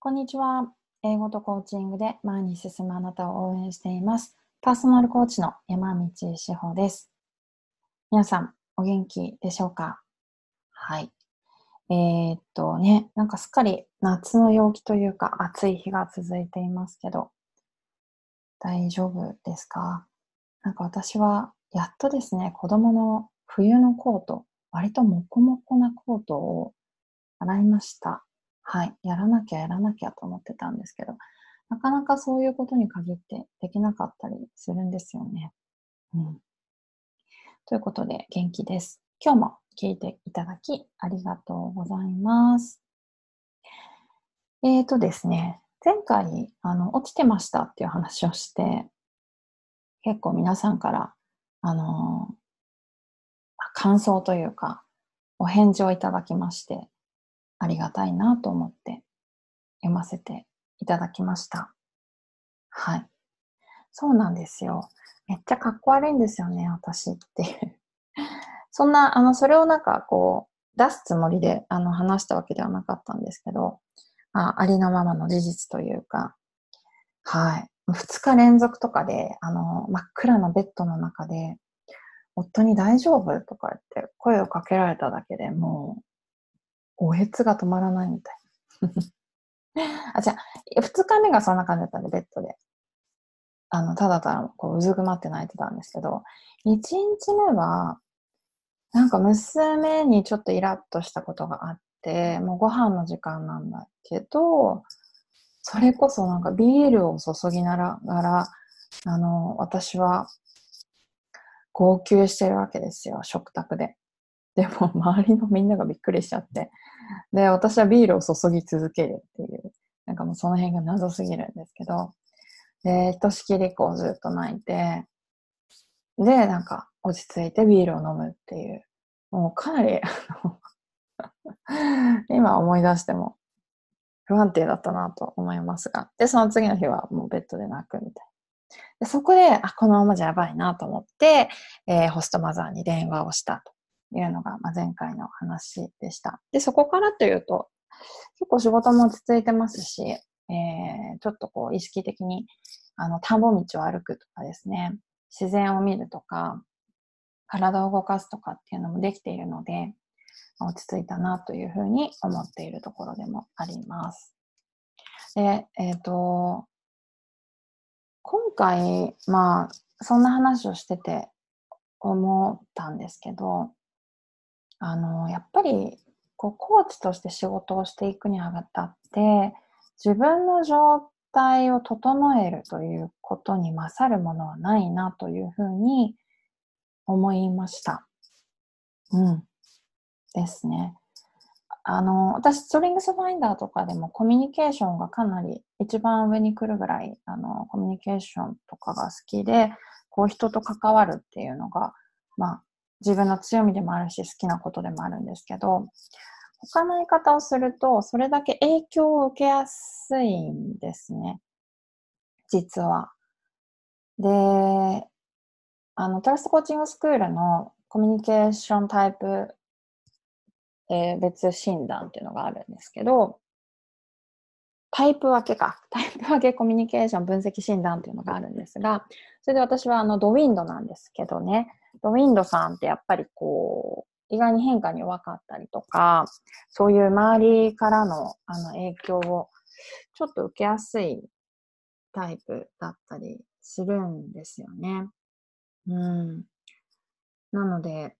こんにちは。英語とコーチングで前に進むあなたを応援しています。パーソナルコーチの山道志保です。皆さん、お元気でしょうか？はい。なんかすっかり夏の陽気というか暑い日が続いていますけど、大丈夫ですか？なんか私はやっとですね、子供の冬のコート、割とモコモコなコートを洗いました。はい。やらなきゃと思ってたんですけど、なかなかそういうことに限ってできなかったりするんですよね。うん。ということで元気です。今日も聞いていただきありがとうございます。ですね、前回、落ちてましたっていう話をして、結構皆さんから、あの、感想というか、お返事をいただきまして、ありがたいなと思って読ませていただきました。はい。そうなんですよ。めっちゃかっこ悪いんですよね、私っていう。そんな、それをなんかこう、出すつもりで、話したわけではなかったんですけど、ありのままの事実というか、はい。2日連続とかで、真っ暗なベッドの中で、夫に大丈夫とか言って声をかけられただけでもう、おえつが止まらないみたいな。じゃあ、2日目がそんな感じだったんで、ベッドで。ただただ、こう、うずくまって泣いてたんですけど、1日目は、なんか娘にちょっとイラッとしたことがあって、もうご飯の時間なんだけど、それこそなんかビールを注ぎながら、私は号泣してるわけですよ、食卓で。でも周りのみんながびっくりしちゃって。で、私はビールを注ぎ続けるっていう、なんかもうその辺が謎すぎるんですけど、で、ひとしきりこうずっと泣いて、で、なんか落ち着いてビールを飲むっていう、もうかなり今思い出しても不安定だったなと思いますが。で、その次の日はもうベッドで泣くみたいな。で、そこで、このままじゃやばいなと思って、ホストマザーに電話をしたというのが、前回の話でした。で、そこからというと、結構仕事も落ち着いてますし、ちょっとこう意識的に、田んぼ道を歩くとかですね、自然を見るとか、体を動かすとかっていうのもできているので、落ち着いたなというふうに思っているところでもあります。で、今回、そんな話をしてて思ったんですけど、やっぱり、こう、コーチとして仕事をしていくにあたって、自分の状態を整えるということに勝るものはないなというふうに思いました。うん。ですね。私、ストリングスファインダーとかでもコミュニケーションがかなり一番上に来るぐらい、コミュニケーションとかが好きで、こう人と関わるっていうのが、自分の強みでもあるし、好きなことでもあるんですけど、他の言い方をすると、それだけ影響を受けやすいんですね、実は。で、トラストコーチングスクールのコミュニケーションタイプ、別診断っていうのがあるんですけど、タイプ分けか。タイプ分けコミュニケーション分析診断っていうのがあるんですが、それで私はドウィンドなんですけどね、ドウィンドさんってやっぱりこう、意外に変化に弱かったりとか、そういう周りからの影響をちょっと受けやすいタイプだったりするんですよね。うん。なので、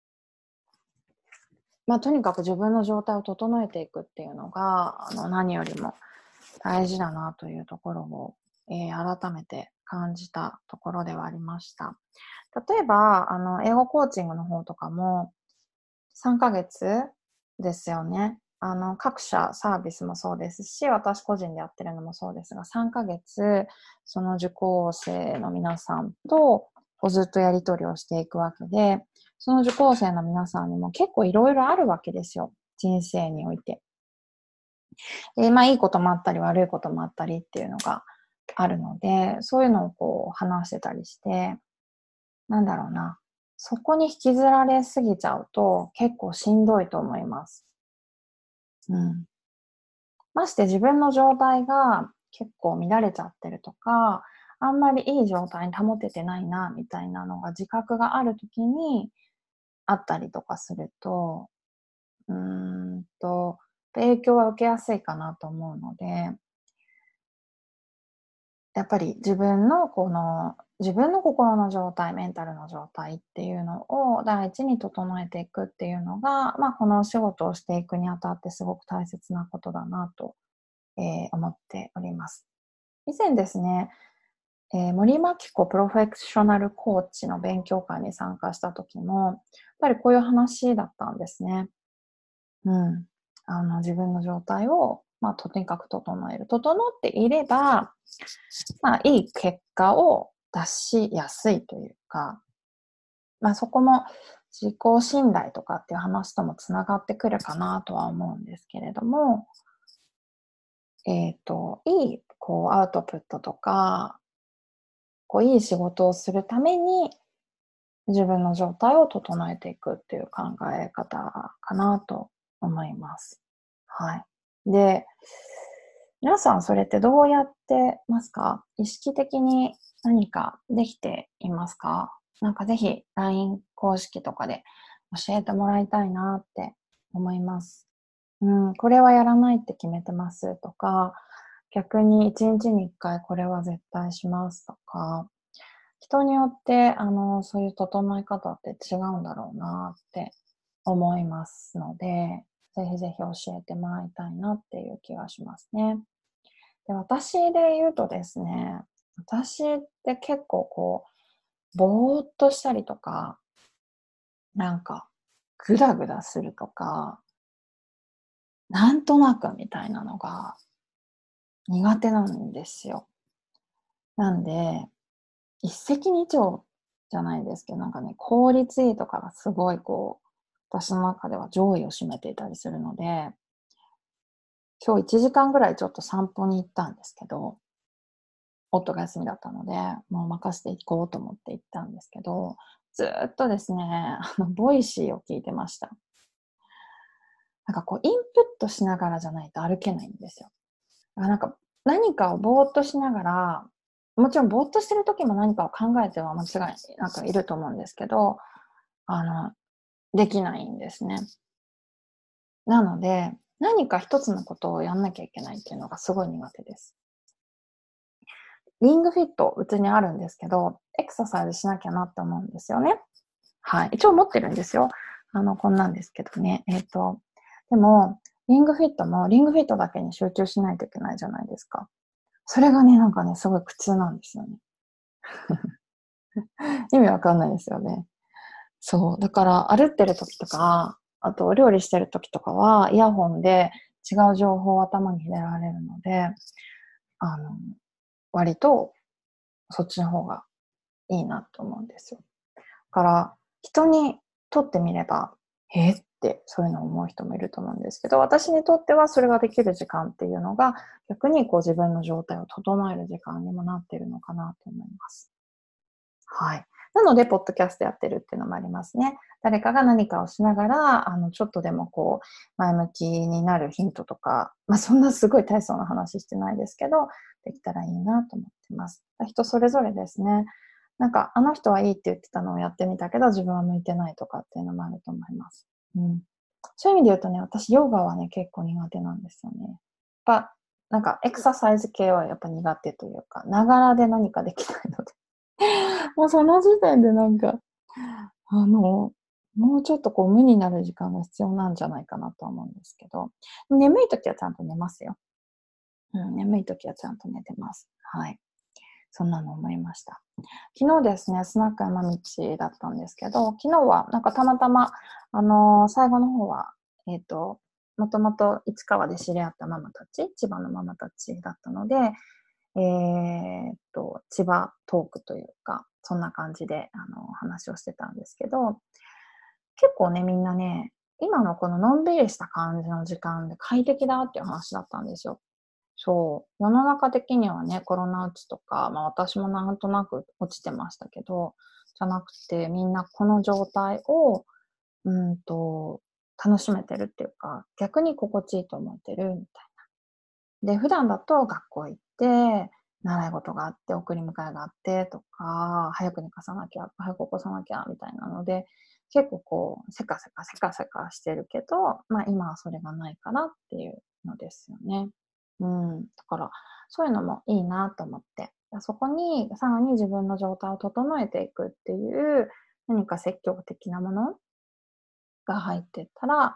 とにかく自分の状態を整えていくっていうのが、何よりも大事だなというところを、改めて感じたところではありました。例えば、英語コーチングの方とかも、3ヶ月ですよね。各社サービスもそうですし、私個人でやってるのもそうですが、3ヶ月、その受講生の皆さんと、ずっとやり取りをしていくわけで、その受講生の皆さんにも結構いろいろあるわけですよ。人生において。いいこともあったり悪いこともあったりっていうのがあるので、そういうのをこう話してたりして、なんだろうな。そこに引きずられすぎちゃうと結構しんどいと思います。うん。 まして自分の状態が結構乱れちゃってるとか、あんまりいい状態に保ててないな、みたいなのが自覚があるときにあったりとかすると、影響は受けやすいかなと思うので、やっぱり自分の心の状態、メンタルの状態っていうのを第一に整えていくっていうのが、このお仕事をしていくにあたってすごく大切なことだなと、思っております。以前ですね、森牧子プロフェッショナルコーチの勉強会に参加した時も、やっぱりこういう話だったんですね。うん。自分の状態を、とにかく整える。整っていれば、いい結果を出しやすいというか、そこも自己信頼とかっていう話ともつながってくるかなとは思うんですけれども、いい、アウトプットとか、いい仕事をするために、自分の状態を整えていくっていう考え方かなと思います。はい。で、皆さんそれってどうやってますか？意識的に何かできていますか？なんかぜひ LINE 公式とかで教えてもらいたいなって思います。これはやらないって決めてますとか、逆に1日に1回これは絶対しますとか、人によって、そういう整え方って違うんだろうなって思いますので、ぜひぜひ教えてもらいたいなっていう気がしますね。で、私で言うとですね、私って結構ぼーっとしたりとか、なんか、グダグダするとか、なんとなくみたいなのが苦手なんですよ。なんで、一石二鳥じゃないですけど、なんかね、効率いいとかがすごい私の中では上位を占めていたりするので、今日1時間ぐらいちょっと散歩に行ったんですけど、夫が休みだったので、もう任せていこうと思って行ったんですけど、ずっとですね、ボイシーを聞いてました。なんかインプットしながらじゃないと歩けないんですよ。なんか、何かをぼーっとしながら、もちろんぼーっとしてる時も何かを考えては間違いなんかいると思うんですけど、あの、できないんですね。なので、何か一つのことをやんなきゃいけないっていうのがすごい苦手です。リングフィット、うちにあるんですけど、エクササイズしなきゃなって思うんですよね。はい。一応持ってるんですよ。こんなんですけどね。でも、リングフィットも、リングフィットだけに集中しないといけないじゃないですか。それがね、なんかね、すごい苦痛なんですよね。意味わかんないですよね。そう。だから、歩ってる時とか、あと、料理してる時とかは、イヤホンで違う情報を頭に入れられるので、あの、割と、そっちの方がいいなと思うんですよ。だから、人にとってみれば、ってそういうのを思う人もいると思うんですけど、私にとってはそれができる時間っていうのが、逆に自分の状態を整える時間にもなっているのかなと思います。はい。なので、ポッドキャストやってるっていうのもありますね。誰かが何かをしながら、ちょっとでも前向きになるヒントとか、そんなすごい大層な話してないですけど、できたらいいなと思ってます。人それぞれですね。なんか、あの人はいいって言ってたのをやってみたけど、自分は向いてないとかっていうのもあると思います。うん。そういう意味で言うとね、私、ヨガはね、結構苦手なんですよね。なんか、エクササイズ系はやっぱ苦手というか、ながらで何かできないのでもうその時点でなんか、もうちょっと無になる時間が必要なんじゃないかなと思うんですけど、眠い時はちゃんと寝ますよ。眠い時はちゃんと寝てます。はい。そんなの思いました。昨日ですね、スナック山道だったんですけど、昨日はなんかたまたま、最後の方は、もともと市川で知り合ったママたち、千葉のママたちだったので、千葉トークというか、そんな感じで、話をしてたんですけど、結構ね、みんなね、今のこののんびりした感じの時間で快適だっていう話だったんですよ。そう。世の中的にはね、コロナうつとか、私もなんとなく落ちてましたけど、じゃなくて、みんなこの状態を、楽しめてるっていうか、逆に心地いいと思ってるみたいな。 で、普段だと学校行って、習い事があって、送り迎えがあってとか、早く寝かさなきゃ、早く起こさなきゃみたいなので、結構こう、せかせかせかせかしてるけど、今はそれがないからっていうのですよね。だから、そういうのもいいなと思って。そこに、さらに自分の状態を整えていくっていう、何か積極的なものが入ってったら、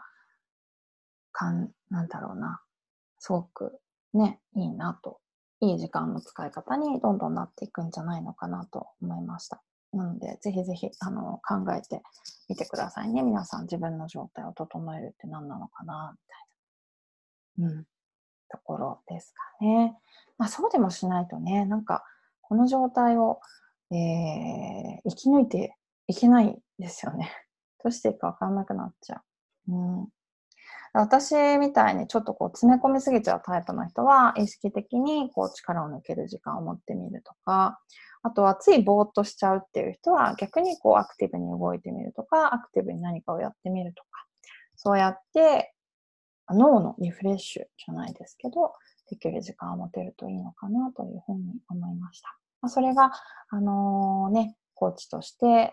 なんだろうな、すごくね、いいなと、いい時間の使い方にどんどんなっていくんじゃないのかなと思いました。なので、ぜひぜひ、考えてみてくださいね。皆さん、自分の状態を整えるって何なのかな、みたいな、ところですかね。そうでもしないとね、なんか、この状態を、生き抜いていけないですよね。どうしていいかわかんなくなっちゃう。私みたいにちょっとこう詰め込みすぎちゃうタイプの人は、意識的にこう力を抜ける時間を持ってみるとか、あとはついぼーっとしちゃうっていう人は、逆にこうアクティブに動いてみるとか、アクティブに何かをやってみるとか、そうやって脳のリフレッシュじゃないですけど、できる時間を持てるといいのかなというふうに思いました。それが、コーチとして、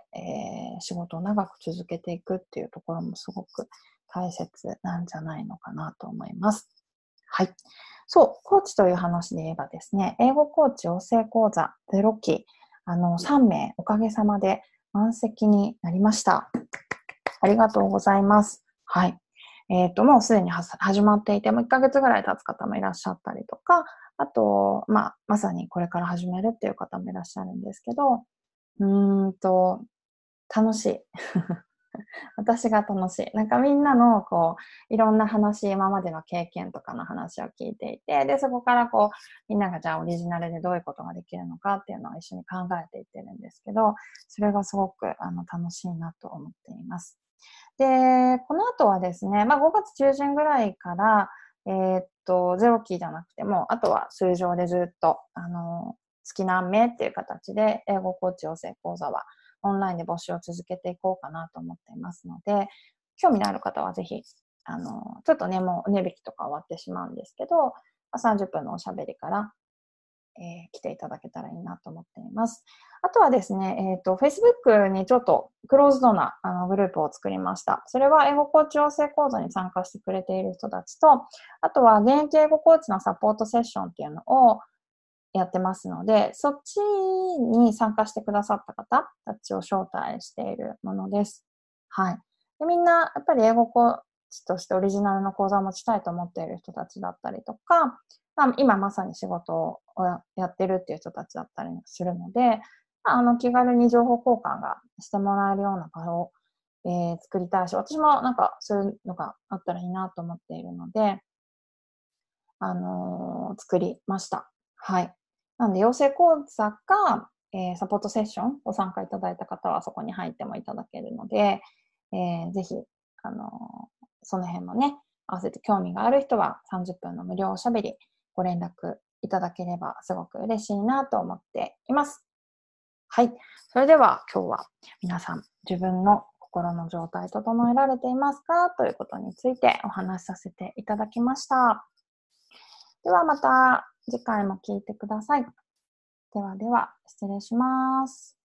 仕事を長く続けていくっていうところもすごく大切なんじゃないのかなと思います。はい。そう、コーチという話で言えばですね、英語コーチ養成講座0期、3名おかげさまで満席になりました。ありがとうございます。はい。もうすでに始まっていて、もう1ヶ月ぐらい経つ方もいらっしゃったりとか、あと、まさにこれから始めるっていう方もいらっしゃるんですけど、楽しい。私が楽しい。なんかみんなの、こう、いろんな話、今までの経験とかの話を聞いていて、で、そこからこう、みんながじゃあオリジナルでどういうことができるのかっていうのを一緒に考えていってるんですけど、それがすごく楽しいなと思っています。で、この後はですね、5月中旬ぐらいから、ゼロ期じゃなくても、あとは通常でずっと、月何名っていう形で、英語コーチ養成講座はオンラインで募集を続けていこうかなと思っていますので、興味のある方はぜひ、ちょっとね、もう値引きとか終わってしまうんですけど、30分のおしゃべりから、来ていただけたらいいなと思っています。あとはですね、Facebook にちょっとクローズドなグループを作りました。それは英語コーチ養成講座に参加してくれている人たちと、あとは現役英語コーチのサポートセッションっていうのをやってますので、そっちに参加してくださった方たちを招待しているものです。はい。でみんな、やっぱり英語コーチとしてオリジナルの講座を持ちたいと思っている人たちだったりとか、今まさに仕事をやってるっていう人たちだったりするので、気軽に情報交換がしてもらえるような場を、作りたいし、私もなんかそういうのがあったらいいなと思っているので、作りました。はい。なので、養成講座か、サポートセッションご参加いただいた方はそこに入ってもいただけるので、ぜひ、その辺もね、合わせて興味がある人は30分の無料おしゃべりご連絡いただければすごく嬉しいなと思っています。はい。それでは今日は皆さん自分の心の状態整えられていますかということについてお話しさせていただきました。ではまた次回も聞いてください。ではでは、失礼します。